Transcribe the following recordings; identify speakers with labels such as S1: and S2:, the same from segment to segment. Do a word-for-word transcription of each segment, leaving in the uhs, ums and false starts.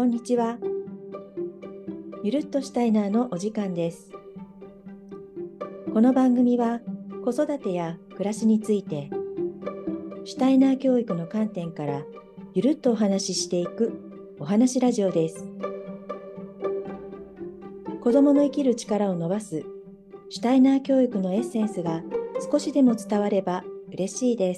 S1: んにちは。ゆるっとシュタイナーのお時間です。この番組は子育てや暮らしについてシュタイナー教育の観点からゆるっとお話ししていくお話ラジオです。子どもの生きる力を伸ばすシュタイナー教育のエッセンスが少しでも伝われば嬉しいです。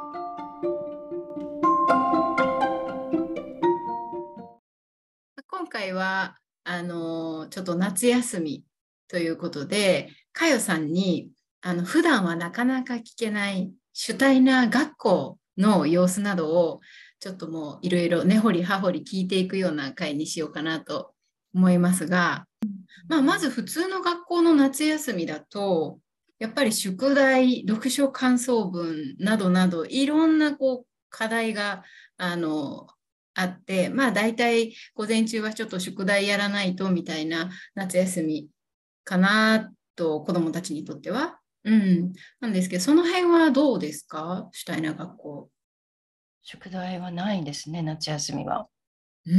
S2: 今回はあのちょっと夏休みということで、かよさんにあの普段はなかなか聞けないシュタイナー学校の様子などをちょっともういろいろ根掘り葉掘り聞いていくような回にしようかなと思いますが、まあ、まず普通の学校の夏休みだとやっぱり宿題、読書感想文などなどいろんなこう課題があのあって、まあ大体午前中はちょっと宿題やらないとみたいな夏休みかなと子どもたちにとっては。うん。なんですけど、その辺はどうですか、シュタイナー学校。
S3: 宿題はないですね、夏休みは。
S2: うん。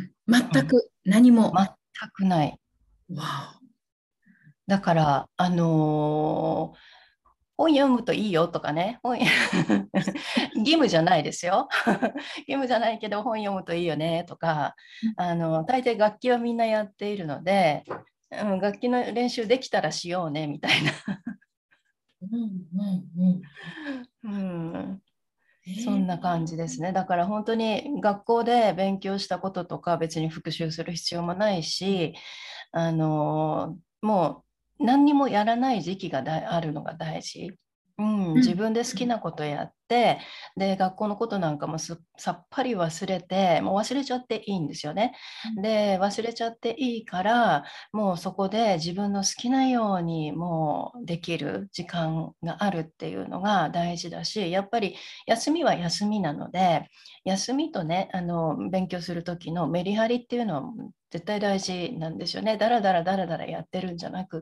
S2: 全
S3: うん、
S2: く何も。
S3: 全くない。
S2: わ
S3: だから、あのー本読むといいよとかね、本義務じゃないですよ。義務じゃないけど本読むといいよねとか、あの大体楽器はみんなやっているので、うん、楽器の練習できたらしようねみたいな。
S2: お。うんうん
S3: うん、
S2: うん。
S3: そんな感じですね。だから本当に学校で勉強したこととか別に復習する必要もないし、あのもう何にもやらない時期がだあるのが大事。うん、
S2: うん
S3: 自分で好きなことやって、で、学校のことなんかもすさっぱり忘れて、もう忘れちゃっていいんですよね。で、忘れちゃっていいから、もうそこで自分の好きなようにもうできる時間があるっていうのが大事だし、やっぱり休みは休みなので、休みとね、あの勉強する時のメリハリっていうのは絶対大事なんですよね。だらだらだらだらやってるんじゃなくって、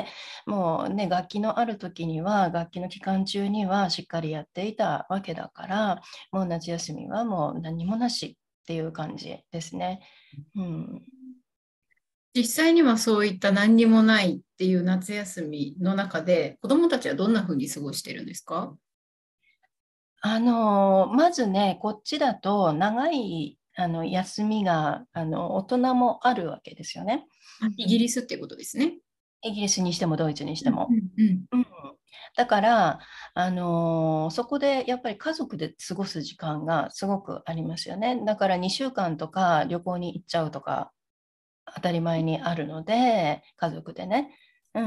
S3: もうね、楽器のある時には、楽器の期間中にはしっかりやっていたわけだから、もう夏休みはもう何もなしっていう感じですね。うん、
S2: 実際にはそういった何にもないっていう夏休みの中で、子どもたちはどんな風に過ごしてるんですか？
S3: あのまずね、こっちだと長いあの休みがあの大人もあるわけですよね。
S2: イギリスっていうことですね。
S3: イギリスにしてもドイツにし
S2: うん
S3: ても。
S2: うんうん。
S3: うん、だから、あのーそこでやっぱり家族で過ごす時間がすごくありますよね。だからにしゅうかんとか旅行に行っちゃうとか当たり前にあるので、家族でね。うん。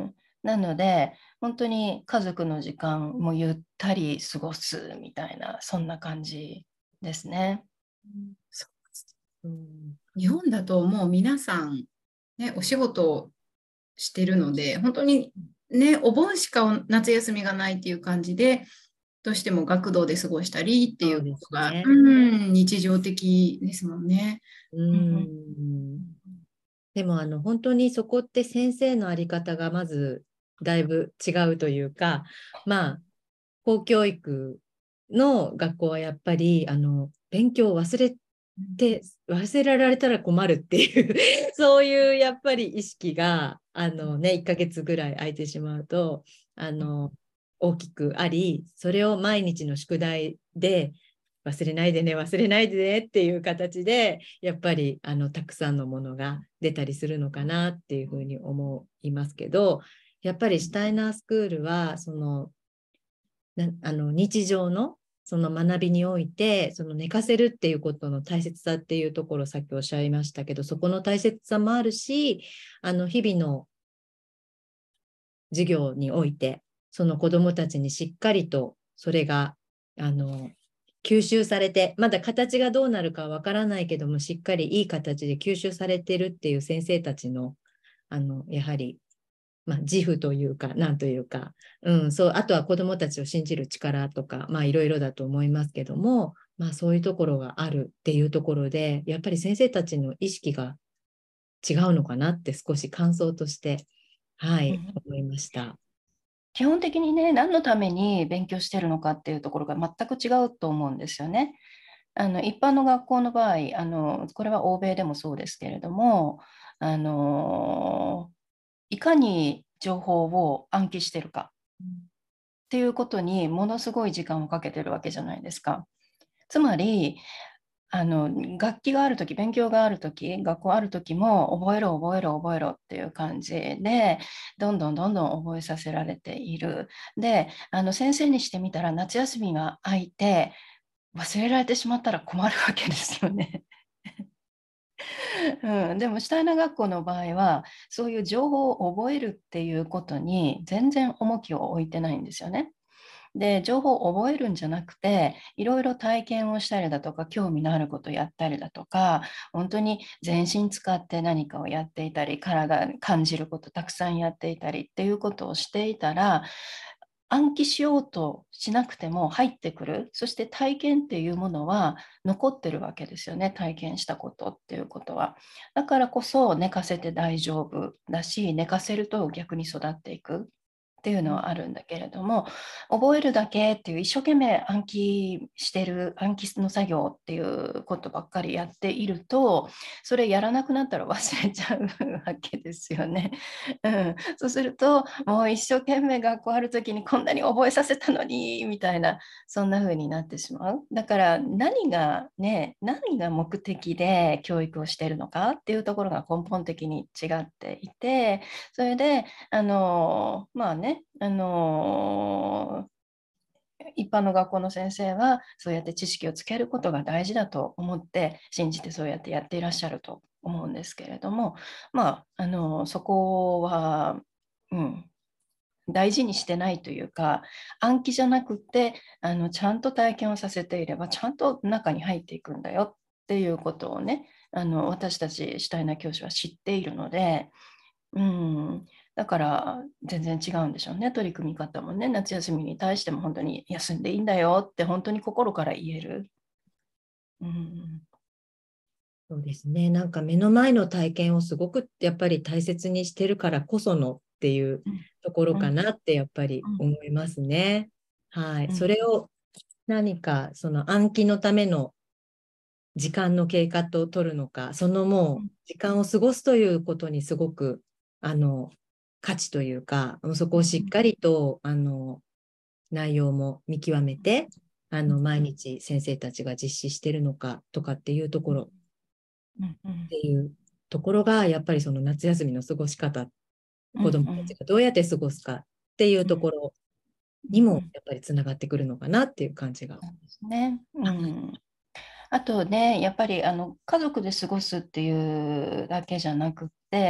S3: なので、本当に家族の時間もゆったり過ごすみたいな、そんな感じですね。
S2: そうです。うん、日本だともう皆さん、ね、お仕事をしてるので、本当にね、お盆しか夏休みがないっていう感じで、どうしても学童で過ごしたりってい
S1: そうで
S2: うことが、
S1: すね。
S2: うん、日常的ですもんね。
S1: う
S3: うん、
S1: ん。でもあの本当にそこって先生のあり方がまずだいぶ違うというか、まあ公教育の学校はやっぱりあの勉強を忘れて忘れられたら困るっていうそういうやっぱり意識があのねいっかげつぐらい空いてしまうとあの大きくあり、それを毎日の宿題で忘れないでね、忘れないでねっていう形で、やっぱりあのたくさんのものが出たりするのかなっていうふうに思いますけど、やっぱりシュタイナースクールは、そのなあの日常のその学びにおいて、その寝かせるっていうことの大切さっていうところをさっきおっしゃいましたけど、そこの大切さもあるし、あの日々の授業において、その子どもたちにしっかりとそれがあの吸収されて、まだ形がどうなるかわからないけども、しっかりいい形で吸収されてるっていう先生たちの、あのやはり、まあ、自負というか、なんというか、うん、そう、あとは子どもたちを信じる力とか、まあ、いろいろだと思いますけども、まあ、そういうところがあるっていうところで、やっぱり先生たちの意識が違うのかなって少し感想として、はい、
S3: うん、
S1: 思いました。
S3: 基本的にね、何のために勉強してるのかっていうところが全く違うと思うんですよね。 あの一般の学校の場合、あのこれは欧米でもそうですけれども、あのいかに情報を暗記してるかっていうことにものすごい時間をかけてるわけじゃないですか。つまり、あの楽器があるとき、勉強があるとき、学校あるときも覚えろ、覚えろ、覚えろっていう感じで、どんどんどんどん覚えさせられている。で、あの先生にしてみたら、夏休みが空いて、忘れられてしまったら困るわけですよね。うん、でもシュタイナー学校の場合はそういう情報を覚えるっていうことに全然重きを置いてないんですよね。で、情報を覚えるんじゃなくて、いろいろ体験をしたりだとか、興味のあることをやったりだとか、本当に全身使って何かをやっていたり、体感じることたくさんやっていたりっていうことをしていたら、暗記しようとしなくても入ってくる。そして体験っていうものは残ってるわけですよね。体験したことっていうことは。だからこそ寝かせて大丈夫だし、寝かせると逆に育っていく。っていうのはあるんだけれども、覚えるだけっていう一生懸命暗記してる暗記の作業っていうことばっかりやっていると、それやらなくなったら忘れちゃうわけですよね。うん、そうするともう一生懸命学校ある時にこんなに覚えさせたのにみたいな、そんな風になってしまう。だから何がね何が目的で教育をしているのかっていうところが根本的に違っていて、それであのまあね、あの一般の学校の先生はそうやって知識をつけることが大事だと思って信じてそうやってやっていらっしゃると思うんですけれども、まあ、あのそこは、うん、大事にしてないというか、暗記じゃなくてあのちゃんと体験をさせていればちゃんと中に入っていくんだよっていうことをね、あの私たちシュタイナー教師は知っているので、うん、だから全然違うんでしょうね、取り組み方もね。夏休みに対しても本当に休んでいいんだよって本当に心から言える。うん、
S1: そうですね。なんか目の前の体験をすごくやっぱり大切にしてるからこそのっていうところ
S3: うん、
S1: かなってやっぱり思いますね。はい。
S3: うん、
S1: それを何かその暗記のための時間の経過と取るのか、そのもう時間を過ごすということにすごくあの価値というか、そこをしっかりとあの内容も見極めて、あの毎日先生たちが実施してるのかとかっていうところっ
S3: うんうん、
S1: ていうところが、やっぱりその夏休みの過ごし方、
S3: うん、
S1: 子どもたちがどうやって過ごすかっていうところにもやっぱりつながってくるのかなっていう感じが。
S3: そうですね。うん、あとね、やっぱりあの家族で過ごすっていうだけじゃなくって、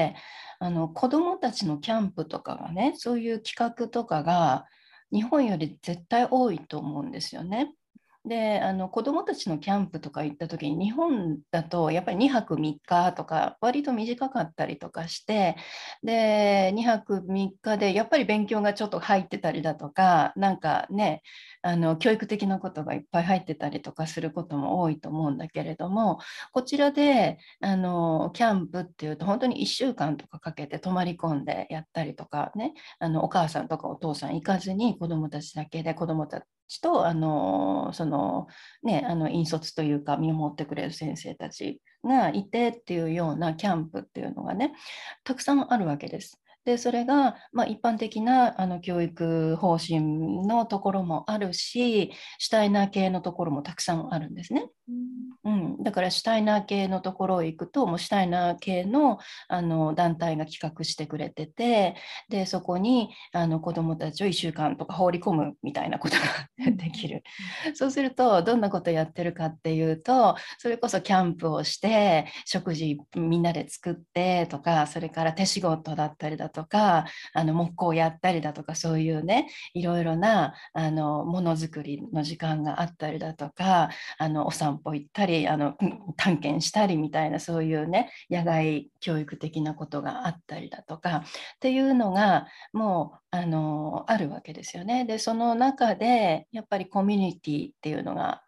S3: あの子どもたちのキャンプとかがね、そういう企画とかが日本より絶対多いと思うんですよね。で、あの子どもたちのキャンプとか行った時に日本だとやっぱりにはくみっかとか割と短かったりとかして、でにはくみっかでやっぱり勉強がちょっと入ってたりだとか、なんかね、あの教育的なことがいっぱい入ってたりとかすることも多いと思うんだけれども、こちらであのキャンプっていうと本当にいっしゅうかんとかかけて泊まり込んでやったりとかね、あのお母さんとかお父さん行かずに子どもたちだけで子どもたちとあのその、ね、あの引率というか見守ってくれる先生たちがいてっていうようなキャンプっていうのがねたくさんあるわけです。でそれが、まあ、一般的なあの教育方針のところもあるし、シュタイナー系のところもたくさんあるんですね。うん、だからシュタイナー系のところへ行くと、もうシュタイナー系の、あの団体が企画してくれてて、でそこにあの子どもたちをいっしゅうかんとか放り込むみたいなことができる。そうするとどんなことやってるかっていうと、それこそキャンプをして食事みんなで作ってとか、それから手仕事だったりだとか、あの木工やったりだとか、そういうねいろいろなあのものづくりの時間があったりだとか、あのお散歩行ったりあの探検したりみたいな、そういうね野外教育的なことがあったりだとかっていうのがもうあのあるわけですよね。でその中でやっぱりコミュニティっていうのがあって、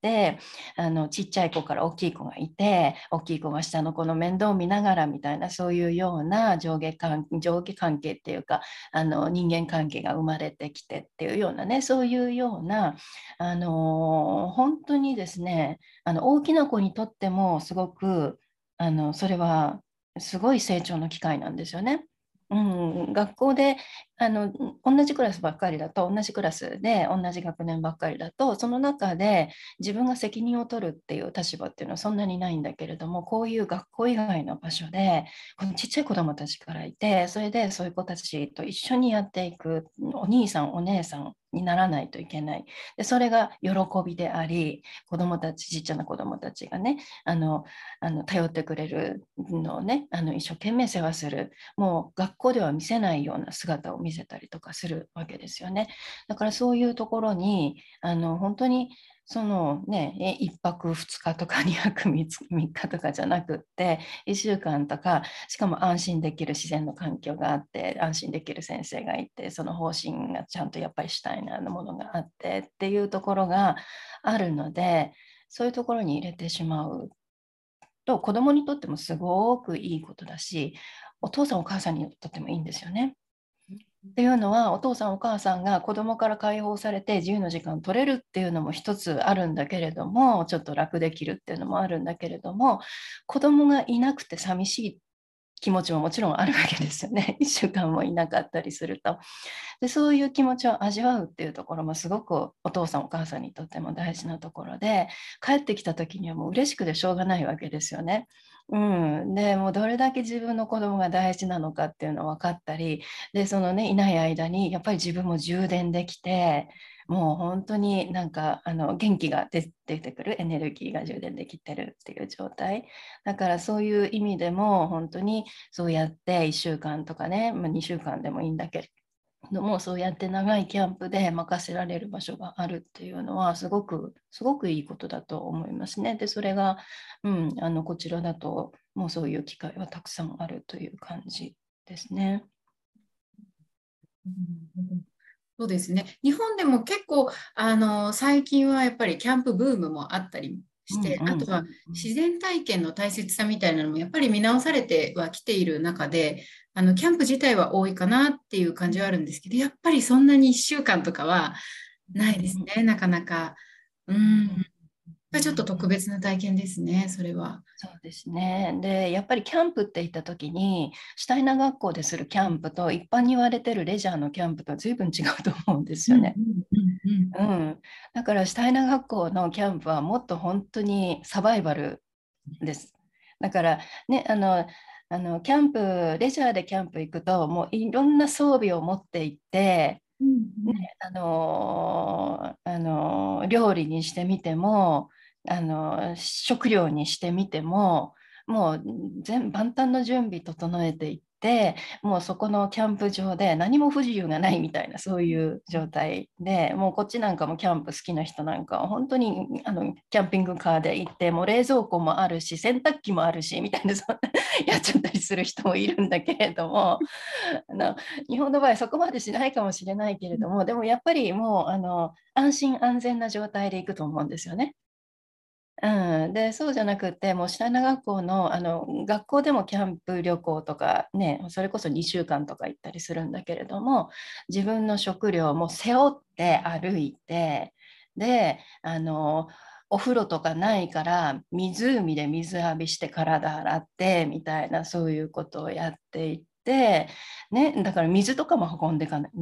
S3: て、あのちっちゃい子から大きい子がいて、大きい子が下の子の面倒を見ながらみたいな、そういうような上下関上下関係っていうか、あの人間関係が生まれてきてっていうようなね、そういうような、あの本当にですね、あの大きな子にとってもすごく、あのそれはすごい成長の機会なんですよね。うん、学校であの同じクラスばっかりだと、同じクラスで同じ学年ばっかりだと、その中で自分が責任を取るっていう立場っていうのはそんなにないんだけれども、こういう学校以外の場所でこのちっちゃい子どもたちからいて、それでそういう子たちと一緒にやっていく、お兄さんお姉さんにならないといけない。でそれが喜びであり、子どもたち、ちっちゃな子どもたちがね、あのあの頼ってくれるのをね、あの一生懸命世話する、もう学校では見せないような姿を見せたりとかするわけですよね。だからそういうところにあの本当にそのね、いっぱくふつかとかにはくみっかとかじゃなくっていっしゅうかんとか、しかも安心できる自然の環境があって、安心できる先生がいて、その方針がちゃんとやっぱり主体なものがあってっていうところがあるので、そういうところに入れてしまうと子どもにとってもすごくいいことだし、お父さんお母さんにとってもいいんですよね。っていうのは、お父さんお母さんが子どもから解放されて自由の時間取れるっていうのも一つあるんだけれども、ちょっと楽できるっていうのもあるんだけれども、子どもがいなくて寂しい気持ちももちろんあるわけですよね。いっしゅうかんもいなかったりすると。でそういう気持ちを味わうっていうところもすごくお父さんお母さんにとっても大事なところで、帰ってきた時にはもう嬉しくてしょうがないわけですよね。うん、でもうどれだけ自分の子供が大事なのかっていうの分かったり、でそのねいない間にやっぱり自分も充電できて、もう本当になんかあの元気が出てくる、エネルギーが充電できてるっていう状態だから、そういう意味でも本当にそうやっていっしゅうかんとかね、まあ、にしゅうかんでもいいんだけども、そうやって長いキャンプで任せられる場所があるっていうのはすごくすごくいいことだと思いますね。でそれが、うん、あのこちらだともうそういう機会はたくさんあるという感じですね。
S2: うん、そうですね。日本でも結構あの最近はやっぱりキャンプブームもあったりして、
S3: うんうん
S2: あとは自然体験の大切さみたいなのもやっぱり見直されてはきている中で、あのキャンプ自体は多いかなっていう感じはあるんですけど、やっぱりそんなにいっしゅうかんとかはないですね、なかなか。うん。やっぱりちょっと特別な体験ですね、それは。
S3: そうですね。で、やっぱりキャンプって言った時に、シュタイナー学校でするキャンプと一般に言われてるレジャーのキャンプとは随分違うと思うんです
S2: うんうん
S3: よね。
S2: うん
S3: うん。だからシュタイナー学校のキャンプはもっと本当にサバイバルです。だからね、あの、あのキャンプ、レジャーでキャンプ行くと、もういろんな装備を持って行って、
S2: うんう
S3: ね、
S2: ん
S3: あのあの料理にしてみても、あの食料にしてみても、もう全万端の準備整えていって、もうそこのキャンプ場で何も不自由がないみたいな、そういう状態で、もうこっちなんかもキャンプ好きな人なんかは本当にあのキャンピングカーで行って、もう冷蔵庫もあるし洗濯機もあるしみたいな、そんなやっちゃったりする人もいるんだけれども、あの日本の場合そこまでしないかもしれないけれども、でもやっぱりもうあの安心安全な状態でいくと思うんですよね。うん、でそうじゃなくて、もうシュタイナー学校の、あの学校でもキャンプ旅行とかね、それこそにしゅうかんとか行ったりするんだけれども、自分の食料も背負って歩いて、であのお風呂とかないから湖で水浴びして体洗ってみたいな、そういうことをやっていって、ね、だから水とかも運んでいかない、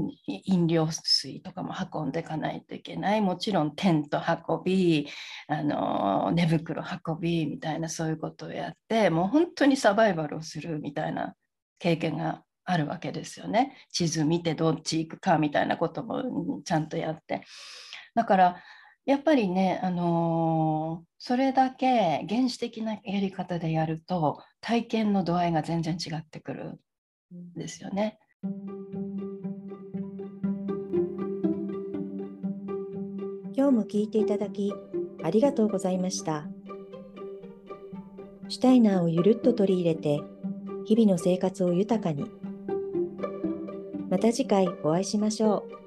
S3: 飲料水とかも運んでいかないといけない、もちろんテント運び、あの寝袋運びみたいな、そういうことをやって、もう本当にサバイバルをするみたいな経験があるわけですよね。地図見てどっち行くかみたいなこともちゃんとやって。だからやっぱりね、あのーそれだけ原始的なやり方でやると体験の度合いが全然違ってくるんですよね。
S1: 今日も聞いていただきありがとうございました。シュタイナーをゆるっと取り入れて日々の生活を豊かに。また次回お会いしましょう。